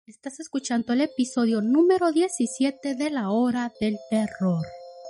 Estás escuchando el episodio número 17 de La Hora del Terror.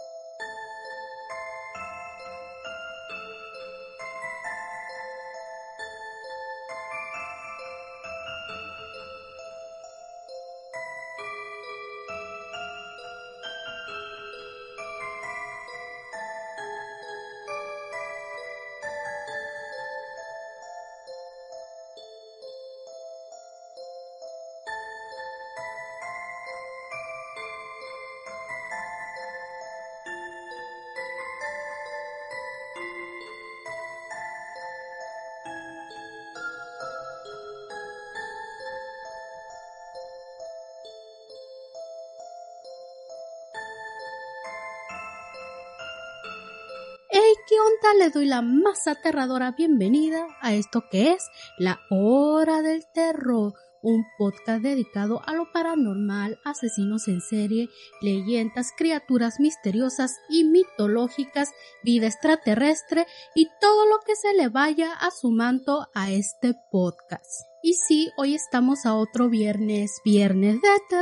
¡Hey! ¿Qué onda? Le doy la más aterradora bienvenida a esto que es La Hora del Terror, un podcast dedicado a lo paranormal, asesinos en serie, leyendas, criaturas misteriosas y mitológicas, vida extraterrestre y todo lo que se le vaya a su manto a este podcast. Y sí, hoy estamos a otro viernes de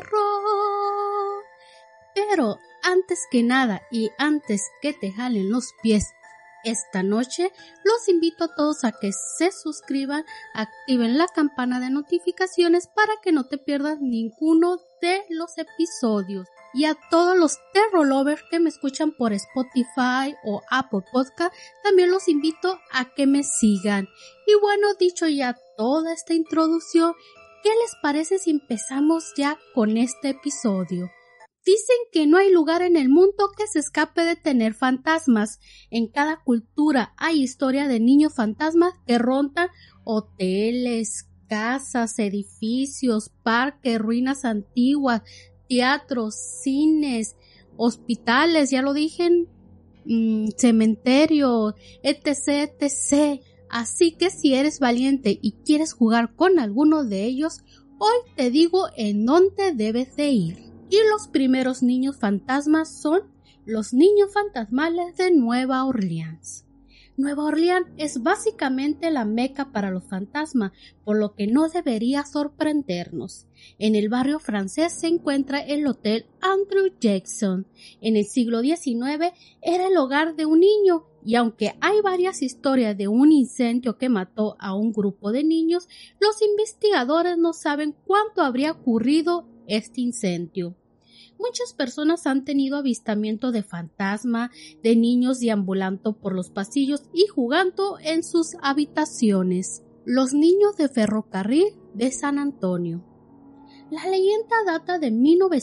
terror. Pero antes que nada y antes que te jalen los pies esta noche, los invito a todos a que se suscriban, activen la campana de notificaciones para que no te pierdas ninguno de los episodios. Y a todos los terror lovers que me escuchan por Spotify o Apple Podcast, también los invito a que me sigan. Y bueno, dicho ya toda esta introducción, ¿qué les parece si empezamos ya con este episodio? Dicen que no hay lugar en el mundo que se escape de tener fantasmas. En cada cultura hay historia de niños fantasmas que rondan hoteles, casas, edificios, parques, ruinas antiguas, teatros, cines, hospitales, ya lo dije, cementerios, etc, etc. Así que si eres valiente y quieres jugar con alguno de ellos, hoy te digo en dónde debes de ir. Y los primeros niños fantasmas son los niños fantasmales de Nueva Orleans. Nueva Orleans es básicamente la meca para los fantasmas, por lo que no debería sorprendernos. En el barrio francés se encuentra el Hotel Andrew Jackson. En el siglo XIX era el hogar de un niño, y aunque hay varias historias de un incendio que mató a un grupo de niños, los investigadores no saben cuánto habría ocurrido este incendio. Muchas personas han tenido avistamiento de fantasma, de niños deambulando por los pasillos y jugando en sus habitaciones. Los niños de ferrocarril de San Antonio. La leyenda data de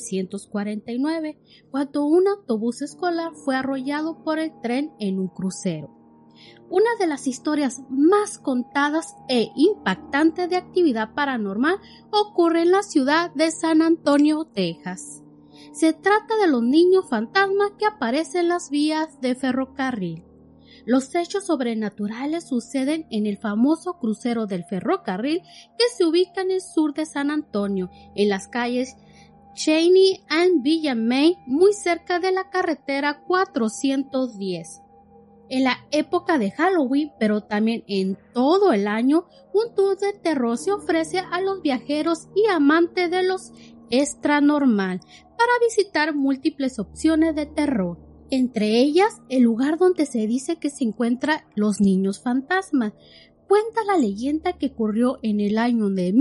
1949, cuando un autobús escolar fue arrollado por el tren en un crucero. Una de las historias más contadas e impactantes de actividad paranormal ocurre en la ciudad de San Antonio, Texas. Se trata de los niños fantasmas que aparecen en las vías de ferrocarril. Los hechos sobrenaturales suceden en el famoso crucero del ferrocarril que se ubica en el sur de San Antonio, en las calles Cheney and Villa Main, muy cerca de la carretera 410. En la época de Halloween, pero también en todo el año, un tour de terror se ofrece a los viajeros y amantes de los extranormal para visitar múltiples opciones de terror. Entre ellas, el lugar donde se dice que se encuentran los niños fantasmas. Cuenta la leyenda que ocurrió en el año de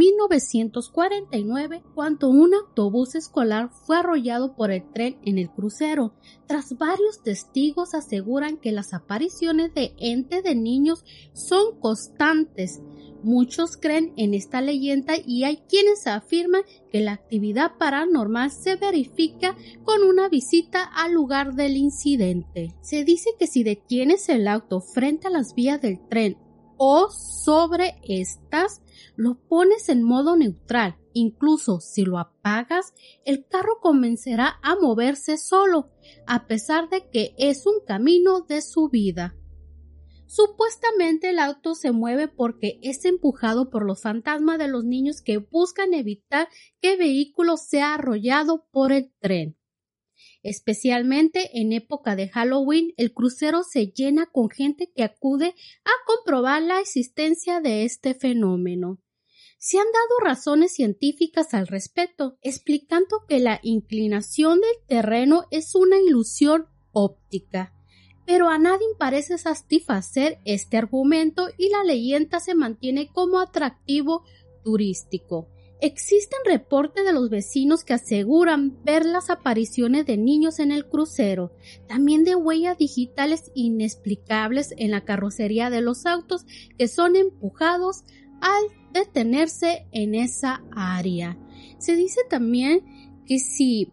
1949 cuando un autobús escolar fue arrollado por el tren en el crucero. Tras varios testigos aseguran que las apariciones de entes de niños son constantes. Muchos creen en esta leyenda y hay quienes afirman que la actividad paranormal se verifica con una visita al lugar del incidente. Se dice que si detienes el auto frente a las vías del tren o sobre estas, lo pones en modo neutral. Incluso si lo apagas, el carro comenzará a moverse solo, a pesar de que es un camino de subida. Supuestamente el auto se mueve porque es empujado por los fantasmas de los niños que buscan evitar que el vehículo sea arrollado por el tren. Especialmente en época de Halloween, el crucero se llena con gente que acude a comprobar la existencia de este fenómeno. Se han dado razones científicas al respecto, explicando que la inclinación del terreno es una ilusión óptica. Pero a nadie parece satisfacer este argumento y la leyenda se mantiene como atractivo turístico. Existen reportes de los vecinos que aseguran ver las apariciones de niños en el crucero, también de huellas digitales inexplicables en la carrocería de los autos que son empujados al detenerse en esa área. Se dice también que si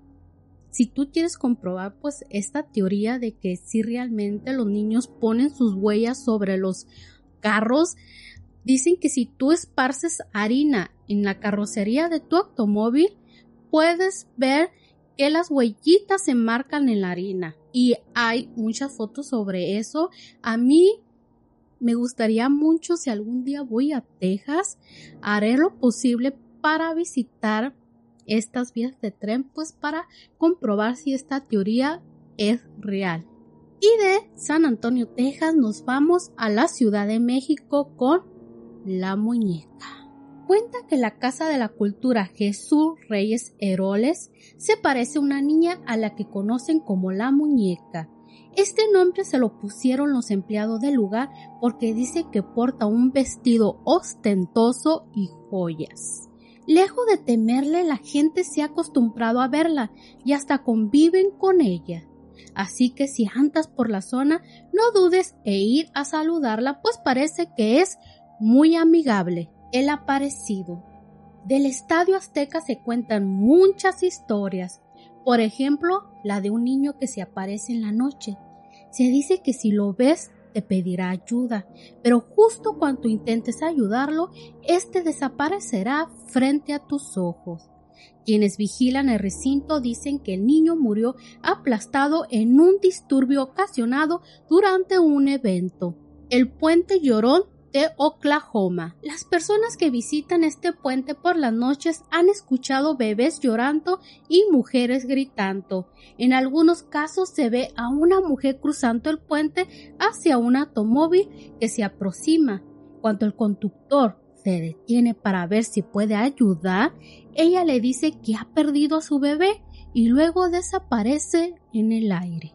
tú quieres comprobar pues esta teoría de que si realmente los niños ponen sus huellas sobre los carros, dicen que si tú esparces harina en la carrocería de tu automóvil, puedes ver que las huellitas se marcan en la harina. Y hay muchas fotos sobre eso. A mí me gustaría mucho, si algún día voy a Texas, haré lo posible para visitar estas vías de tren, pues para comprobar si esta teoría es real. Y de San Antonio, Texas, nos vamos a la Ciudad de México con la muñeca. Cuenta que la Casa de la Cultura Jesús Reyes Heroles se parece a una niña a la que conocen como la muñeca. Este nombre se lo pusieron los empleados del lugar porque dice que porta un vestido ostentoso y joyas. Lejos de temerle, la gente se ha acostumbrado a verla y hasta conviven con ella. Así que si andas por la zona, no dudes en ir a saludarla, pues parece que es muy amigable. El aparecido. Del Estadio Azteca se cuentan muchas historias. Por ejemplo, la de un niño que se aparece en la noche. Se dice que si lo ves, te pedirá ayuda, pero justo cuando intentes ayudarlo, este desaparecerá frente a tus ojos. Quienes vigilan el recinto dicen que el niño murió aplastado en un disturbio ocasionado durante un evento. El Puente Llorón de Oklahoma. Las personas que visitan este puente por las noches han escuchado bebés llorando y mujeres gritando. En algunos casos se ve a una mujer cruzando el puente hacia un automóvil que se aproxima. Cuando el conductor se detiene para ver si puede ayudar, ella le dice que ha perdido a su bebé y luego desaparece en el aire.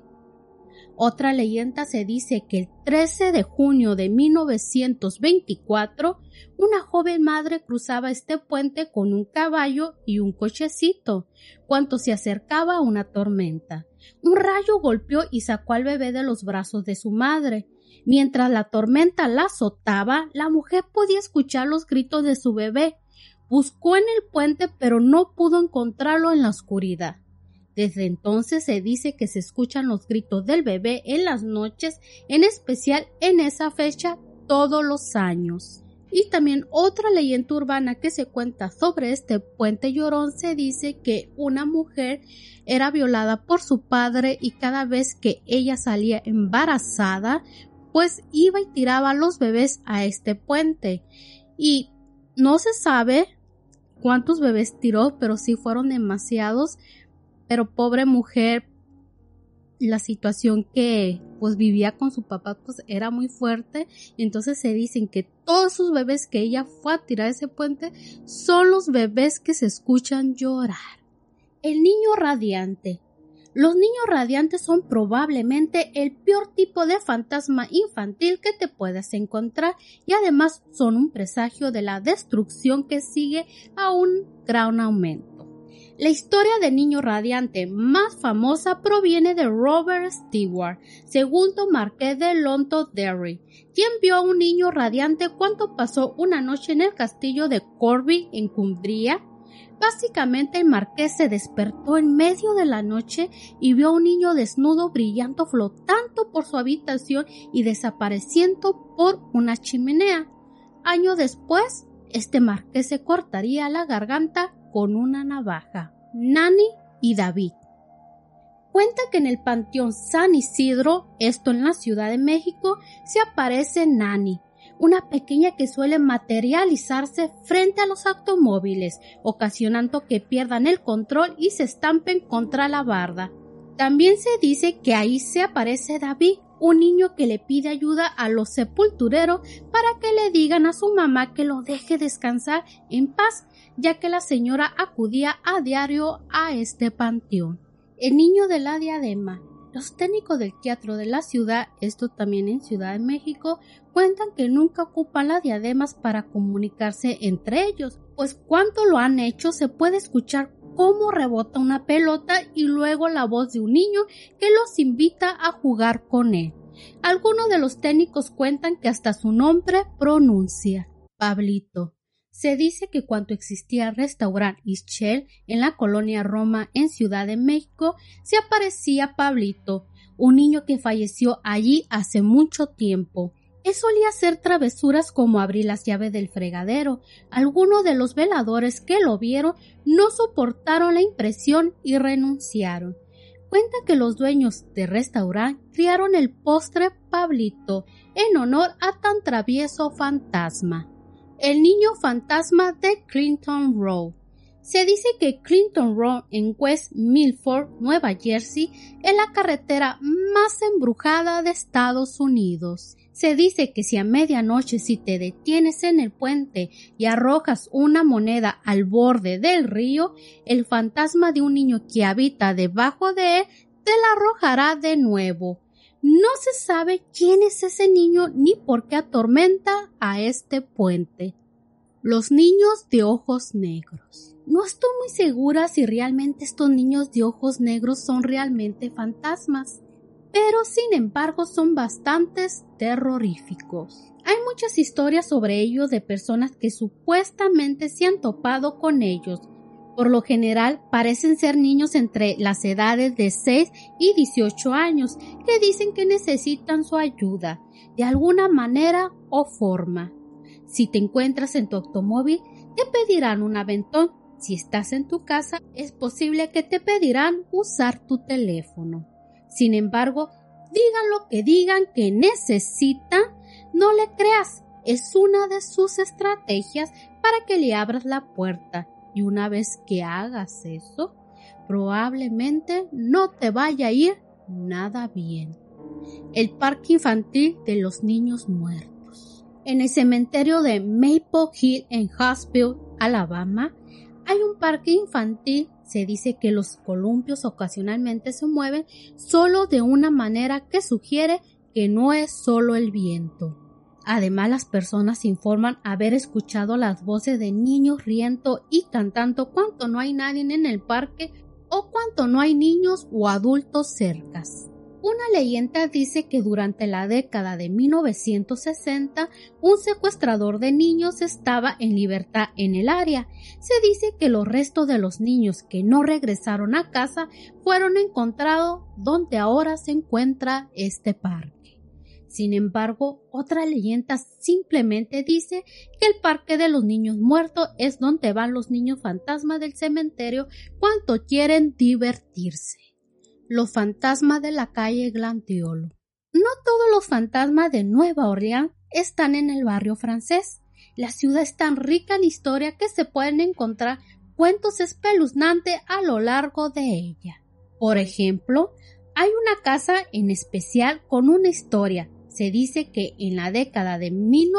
Otra leyenda se dice que el 13 de junio de 1924, una joven madre cruzaba este puente con un caballo y un cochecito, cuando se acercaba a una tormenta. Un rayo golpeó y sacó al bebé de los brazos de su madre. Mientras la tormenta la azotaba, la mujer podía escuchar los gritos de su bebé. Buscó en el puente, pero no pudo encontrarlo en la oscuridad. Desde entonces se dice que se escuchan los gritos del bebé en las noches, en especial en esa fecha todos los años. Y también otra leyenda urbana que se cuenta sobre este puente llorón, se dice que una mujer era violada por su padre y cada vez que ella salía embarazada, pues iba y tiraba a los bebés a este puente. Y no se sabe cuántos bebés tiró, pero sí fueron demasiados. Pero pobre mujer, la situación que pues vivía con su papá pues era muy fuerte. Entonces se dicen que todos sus bebés que ella fue a tirar a ese puente son los bebés que se escuchan llorar. El niño radiante. Los niños radiantes son probablemente el peor tipo de fantasma infantil que te puedas encontrar y además son un presagio de la destrucción que sigue a un gran aumento. La historia del niño radiante más famosa proviene de Robert Stewart, segundo marqués de Londonderry, quien vio a un niño radiante cuando pasó una noche en el castillo de Corby en Cumbria. Básicamente el marqués se despertó en medio de la noche y vio a un niño desnudo brillando flotando por su habitación y desapareciendo por una chimenea. Años después, este marqués se cortaría la garganta con una navaja. Nani y David. Cuenta que en el Panteón San Isidro, esto en la Ciudad de México, se aparece Nani, una pequeña que suele materializarse frente a los automóviles, ocasionando que pierdan el control y se estampen contra la barda. También se dice que ahí se aparece David, un niño que le pide ayuda a los sepultureros para que le digan a su mamá que lo deje descansar en paz, ya que la señora acudía a diario a este panteón. El niño de la diadema. Los técnicos del teatro de la ciudad, esto también en Ciudad de México, cuentan que nunca ocupan las diademas para comunicarse entre ellos, pues cuando lo han hecho se puede escuchar cómo rebota una pelota y luego la voz de un niño que los invita a jugar con él. Algunos de los técnicos cuentan que hasta su nombre pronuncia, Pablito. Se dice que cuando existía el restaurante Ischel en la colonia Roma en Ciudad de México, se aparecía Pablito, un niño que falleció allí hace mucho tiempo. Él solía hacer travesuras como abrir las llaves del fregadero. Algunos de los veladores que lo vieron no soportaron la impresión y renunciaron. Cuenta que los dueños del restaurante criaron el postre Pablito en honor a tan travieso fantasma. El niño fantasma de Clinton Road. Se dice que Clinton Road en West Milford, Nueva Jersey, es la carretera más embrujada de Estados Unidos. Se dice que si a medianoche te detienes en el puente y arrojas una moneda al borde del río, el fantasma de un niño que habita debajo de él te la arrojará de nuevo. No se sabe quién es ese niño ni por qué atormenta a este puente. Los niños de ojos negros. No estoy muy segura si realmente estos niños de ojos negros son realmente fantasmas, pero sin embargo son bastante terroríficos. Hay muchas historias sobre ellos de personas que supuestamente se han topado con ellos. Por lo general parecen ser niños entre las edades de 6 y 18 años que dicen que necesitan su ayuda de alguna manera o forma. Si te encuentras en tu automóvil, te pedirán un aventón. Si estás en tu casa, es posible que te pedirán usar tu teléfono. Sin embargo, digan lo que digan que necesitan, no le creas. Es una de sus estrategias para que le abras la puerta. Y una vez que hagas eso, probablemente no te vaya a ir nada bien. El parque infantil de los niños muertos. En el cementerio de Maple Hill en Huntsville, Alabama, hay un parque infantil. Se dice que los columpios ocasionalmente se mueven solo de una manera que sugiere que no es solo el viento. Además, las personas informan haber escuchado las voces de niños riendo y cantando cuando no hay nadie en el parque o cuando no hay niños o adultos cerca. Una leyenda dice que durante la década de 1960 un secuestrador de niños estaba en libertad en el área. Se dice que los restos de los niños que no regresaron a casa fueron encontrados donde ahora se encuentra este parque. Sin embargo, otra leyenda simplemente dice que el parque de los niños muertos es donde van los niños fantasmas del cementerio cuando quieren divertirse. Los fantasmas de la calle Glandiolo. No todos los fantasmas de Nueva Orleans están en el barrio francés. La ciudad es tan rica en historia que se pueden encontrar cuentos espeluznantes a lo largo de ella. Por ejemplo, hay una casa en especial con una historia. Se dice que en la década de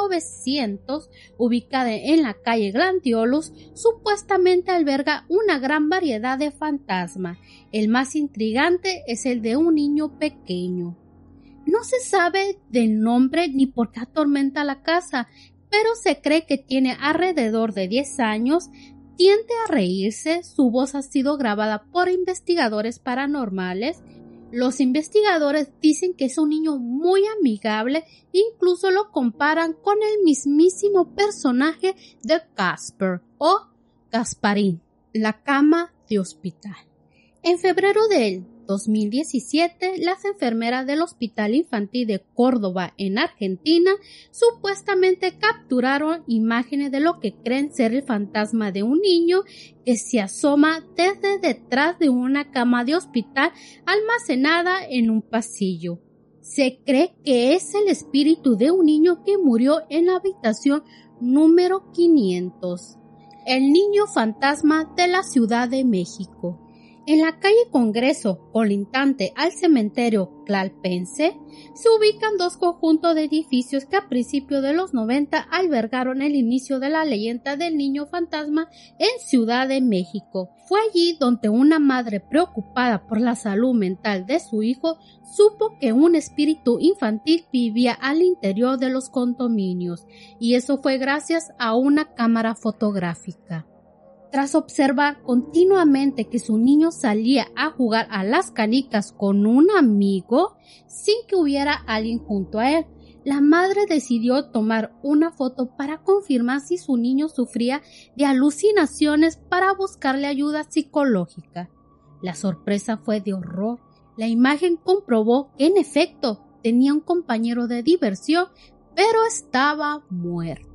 1900, ubicada en la calle Glandiolus, supuestamente alberga una gran variedad de fantasmas. El más intrigante es el de un niño pequeño. No se sabe del nombre ni por qué atormenta la casa, pero se cree que tiene alrededor de 10 años, tiende a reírse, su voz ha sido grabada por investigadores paranormales. Los investigadores dicen que es un niño muy amigable, incluso lo comparan con el mismísimo personaje de Casper o Gasparín, la cama de hospital. En febrero del 2017, las enfermeras del Hospital Infantil de Córdoba, en Argentina, supuestamente capturaron imágenes de lo que creen ser el fantasma de un niño que se asoma desde detrás de una cama de hospital almacenada en un pasillo. Se cree que es el espíritu de un niño que murió en la habitación número 500. El niño fantasma de la Ciudad de México. En la calle Congreso, colindante al cementerio Tlalpense, se ubican dos conjuntos de edificios que a principios de los 90 albergaron el inicio de la leyenda del niño fantasma en Ciudad de México. Fue allí donde una madre preocupada por la salud mental de su hijo supo que un espíritu infantil vivía al interior de los condominios, y eso fue gracias a una cámara fotográfica. Tras observar continuamente que su niño salía a jugar a las canicas con un amigo sin que hubiera alguien junto a él, la madre decidió tomar una foto para confirmar si su niño sufría de alucinaciones para buscarle ayuda psicológica. La sorpresa fue de horror. La imagen comprobó que en efecto tenía un compañero de diversión, pero estaba muerto.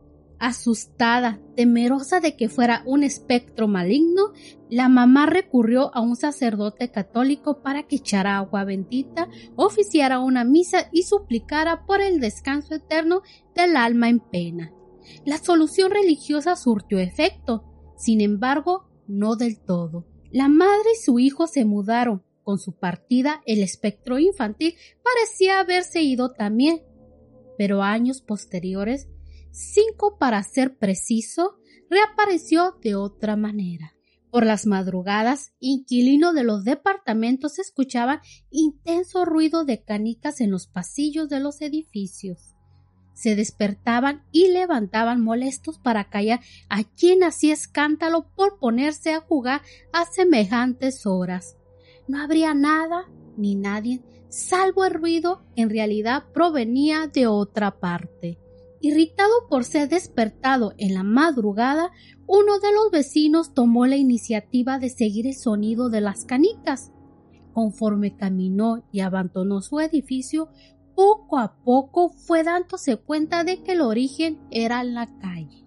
Asustada, temerosa de que fuera un espectro maligno, la mamá recurrió a un sacerdote católico para que echara agua bendita, oficiara una misa y suplicara por el descanso eterno del alma en pena. La solución religiosa surtió efecto, sin embargo, no del todo. La madre y su hijo se mudaron. Con su partida, el espectro infantil parecía haberse ido también, pero años posteriores, 5 para ser preciso, reapareció de otra manera. Por las madrugadas, inquilinos de los departamentos escuchaban intenso ruido de canicas en los pasillos de los edificios. Se despertaban y levantaban molestos para callar a quien hacía escándalo por ponerse a jugar a semejantes horas. No habría nada ni nadie, salvo el ruido que en realidad provenía de otra parte. Irritado por ser despertado en la madrugada, uno de los vecinos tomó la iniciativa de seguir el sonido de las canicas. Conforme caminó y abandonó su edificio, poco a poco fue dándose cuenta de que el origen era en la calle.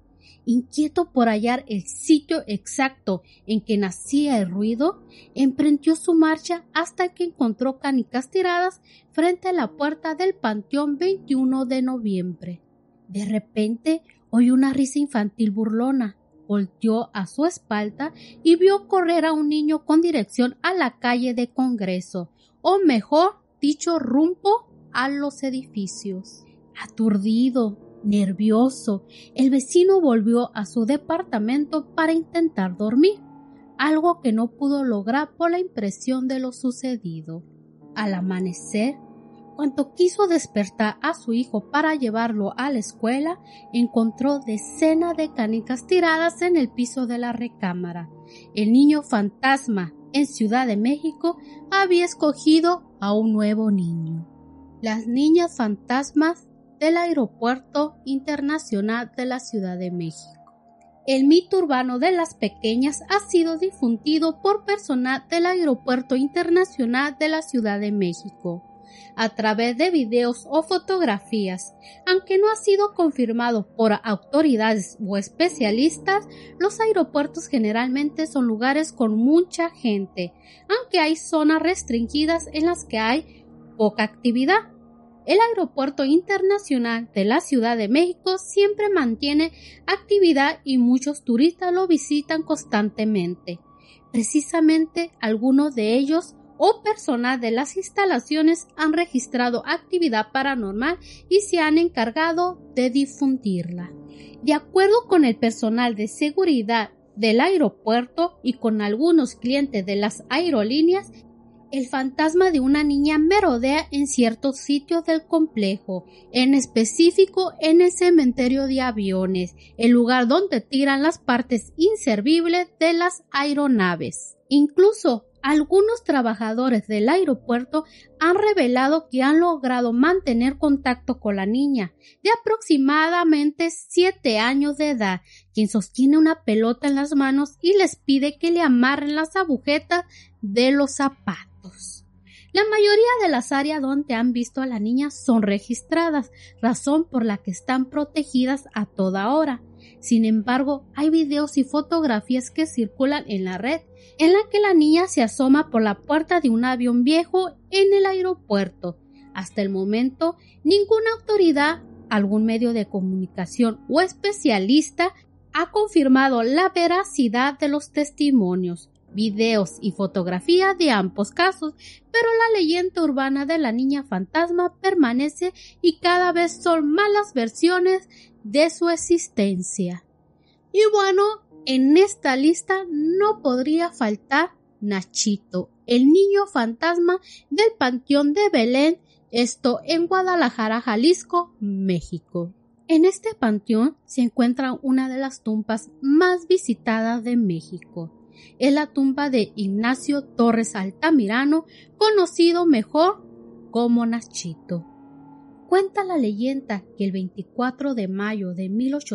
Inquieto por hallar el sitio exacto en que nacía el ruido, emprendió su marcha hasta que encontró canicas tiradas frente a la puerta del Panteón 21 de noviembre. De repente oyó una risa infantil burlona, volteó a su espalda y vio correr a un niño con dirección a la calle de Congreso, o mejor dicho, rumbo a los edificios. Aturdido, nervioso, el vecino volvió a su departamento para intentar dormir, algo que no pudo lograr por la impresión de lo sucedido. Al amanecer, cuando quiso despertar a su hijo para llevarlo a la escuela, encontró decenas de canicas tiradas en el piso de la recámara. El niño fantasma en Ciudad de México había escogido a un nuevo niño. Las niñas fantasmas del Aeropuerto Internacional de la Ciudad de México. El mito urbano de las pequeñas ha sido difundido por personal del Aeropuerto Internacional de la Ciudad de México a través de videos o fotografías. Aunque no ha sido confirmado por autoridades o especialistas, los aeropuertos generalmente son lugares con mucha gente, aunque hay zonas restringidas en las que hay poca actividad. El Aeropuerto Internacional de la Ciudad de México siempre mantiene actividad y muchos turistas lo visitan constantemente. Precisamente algunos de ellos o personal de las instalaciones han registrado actividad paranormal y se han encargado de difundirla. De acuerdo con el personal de seguridad del aeropuerto y con algunos clientes de las aerolíneas, el fantasma de una niña merodea en ciertos sitios del complejo, en específico en el cementerio de aviones, el lugar donde tiran las partes inservibles de las aeronaves. Incluso algunos trabajadores del aeropuerto han revelado que han logrado mantener contacto con la niña, de aproximadamente 7 años de edad, quien sostiene una pelota en las manos y les pide que le amarren las agujetas de los zapatos. La mayoría de las áreas donde han visto a la niña son registradas, razón por la que están protegidas a toda hora. Sin embargo, hay videos y fotografías que circulan en la red, en la que la niña se asoma por la puerta de un avión viejo en el aeropuerto. Hasta el momento, ninguna autoridad, algún medio de comunicación o especialista ha confirmado la veracidad de los testimonios. videos y fotografías de ambos casos, pero la leyenda urbana de la niña fantasma permanece y cada vez son más las versiones de su existencia. Y bueno, en esta lista no podría faltar Nachito, el niño fantasma del Panteón de Belén, esto en Guadalajara, Jalisco, México. En este panteón se encuentra una de las tumbas más visitadas de México. Es la tumba de Ignacio Torres Altamirano, conocido mejor como Nachito. Cuenta la leyenda que el 24 de mayo de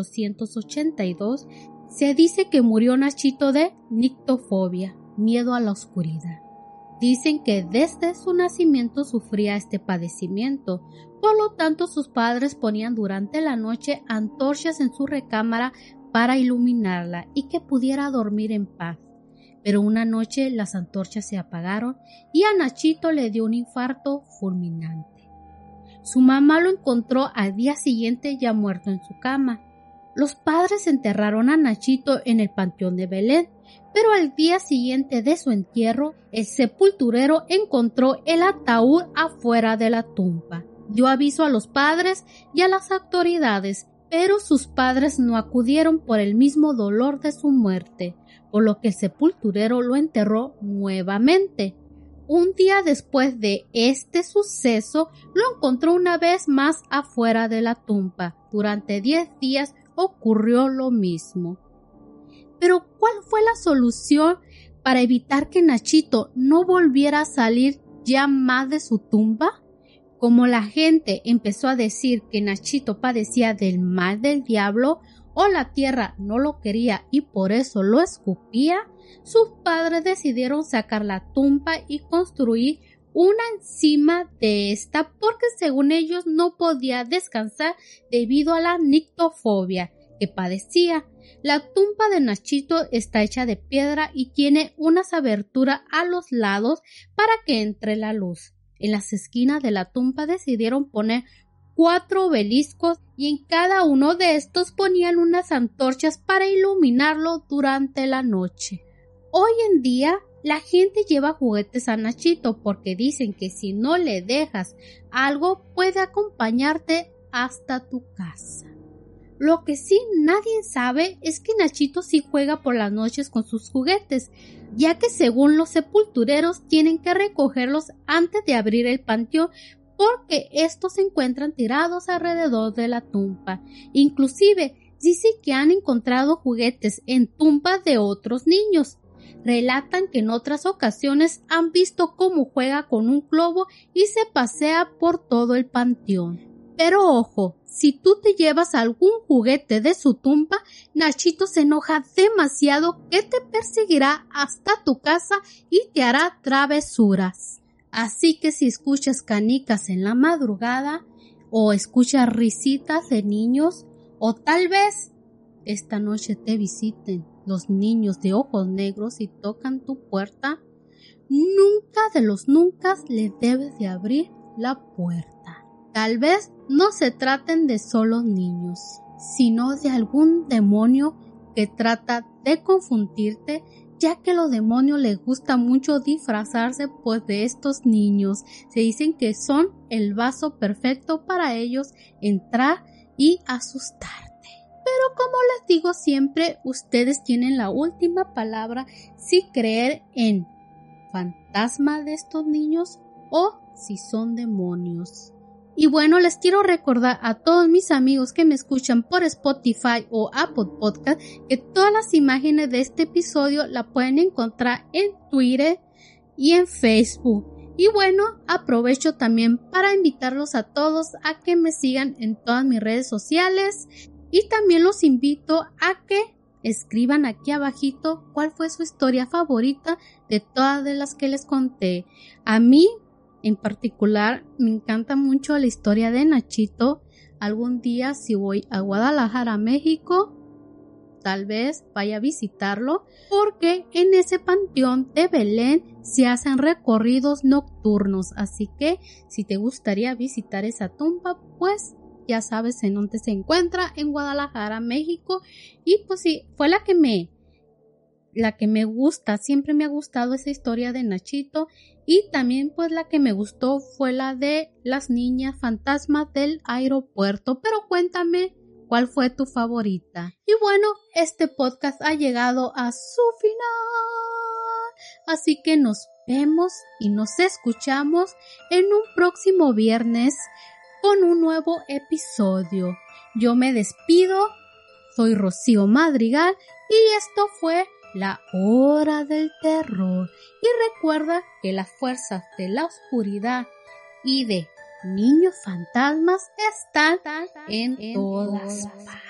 1882 se dice que murió Nachito de nictofobia, miedo a la oscuridad. Dicen que desde su nacimiento sufría este padecimiento, por lo tanto sus padres ponían durante la noche antorchas en su recámara para iluminarla y que pudiera dormir en paz. Pero una noche las antorchas se apagaron y a Nachito le dio un infarto fulminante. Su mamá lo encontró al día siguiente ya muerto en su cama. Los padres enterraron a Nachito en el Panteón de Belén, pero al día siguiente de su entierro, el sepulturero encontró el ataúd afuera de la tumba. Dio aviso a los padres y a las autoridades, pero sus padres no acudieron por el mismo dolor de su muerte, por lo que el sepulturero lo enterró nuevamente. Un día después de este suceso, lo encontró una vez más afuera de la tumba. Durante 10 días ocurrió lo mismo. Pero ¿cuál fue la solución para evitar que Nachito no volviera a salir ya más de su tumba? Como la gente empezó a decir que Nachito padecía del mal del diablo o la tierra no lo quería y por eso lo escupía, sus padres decidieron sacar la tumba y construir una encima de esta porque según ellos no podía descansar debido a la nictofobia que padecía. La tumba de Nachito está hecha de piedra y tiene unas aberturas a los lados para que entre la luz. En las esquinas de la tumba decidieron poner 4 obeliscos y en cada uno de estos ponían unas antorchas para iluminarlo durante la noche. Hoy en día la gente lleva juguetes a Nachito porque dicen que si no le dejas algo puede acompañarte hasta tu casa. Lo que sí nadie sabe es que Nachito sí juega por las noches con sus juguetes, ya que según los sepultureros tienen que recogerlos antes de abrir el panteón porque estos se encuentran tirados alrededor de la tumba. Inclusive dice que han encontrado juguetes en tumbas de otros niños. Relatan que en otras ocasiones han visto cómo juega con un globo y se pasea por todo el panteón. Pero ojo, si tú te llevas algún juguete de su tumba, Nachito se enoja demasiado que te perseguirá hasta tu casa y te hará travesuras. Así que si escuchas canicas en la madrugada o escuchas risitas de niños o tal vez esta noche te visiten los niños de ojos negros y tocan tu puerta, nunca de los nunca le debes de abrir la puerta. Tal vez no se traten de solo niños, sino de algún demonio que trata de confundirte, ya que a los demonios les gusta mucho disfrazarse pues de estos niños. Se dicen que son el vaso perfecto para ellos entrar y asustarte. Pero como les digo siempre, ustedes tienen la última palabra si creer en fantasma de estos niños o si son demonios. Y bueno, les quiero recordar a todos mis amigos que me escuchan por Spotify o Apple Podcast que todas las imágenes de este episodio la pueden encontrar en Twitter y en Facebook. Y bueno, aprovecho también para invitarlos a todos a que me sigan en todas mis redes sociales y también los invito a que escriban aquí abajito cuál fue su historia favorita de todas de las que les conté. A mí en particular, me encanta mucho la historia de Nachito. Algún día, si voy a Guadalajara, México, tal vez vaya a visitarlo, porque en ese panteón de Belén se hacen recorridos nocturnos. Así que, si te gustaría visitar esa tumba, pues ya sabes en dónde se encuentra, en Guadalajara, México. Y pues sí, fue la que me la que me gusta, siempre me ha gustado esa historia de Nachito, y también pues la que me gustó fue la de las niñas fantasmas del aeropuerto. Pero cuéntame, ¿cuál fue tu favorita? Y bueno, este podcast ha llegado a su final, así que nos vemos y nos escuchamos en un próximo viernes con un nuevo episodio. Yo me despido, soy Rocío Madrigal y esto fue La Hora del Terror. Y recuerda que las fuerzas de la oscuridad y de niños fantasmas están en todas partes.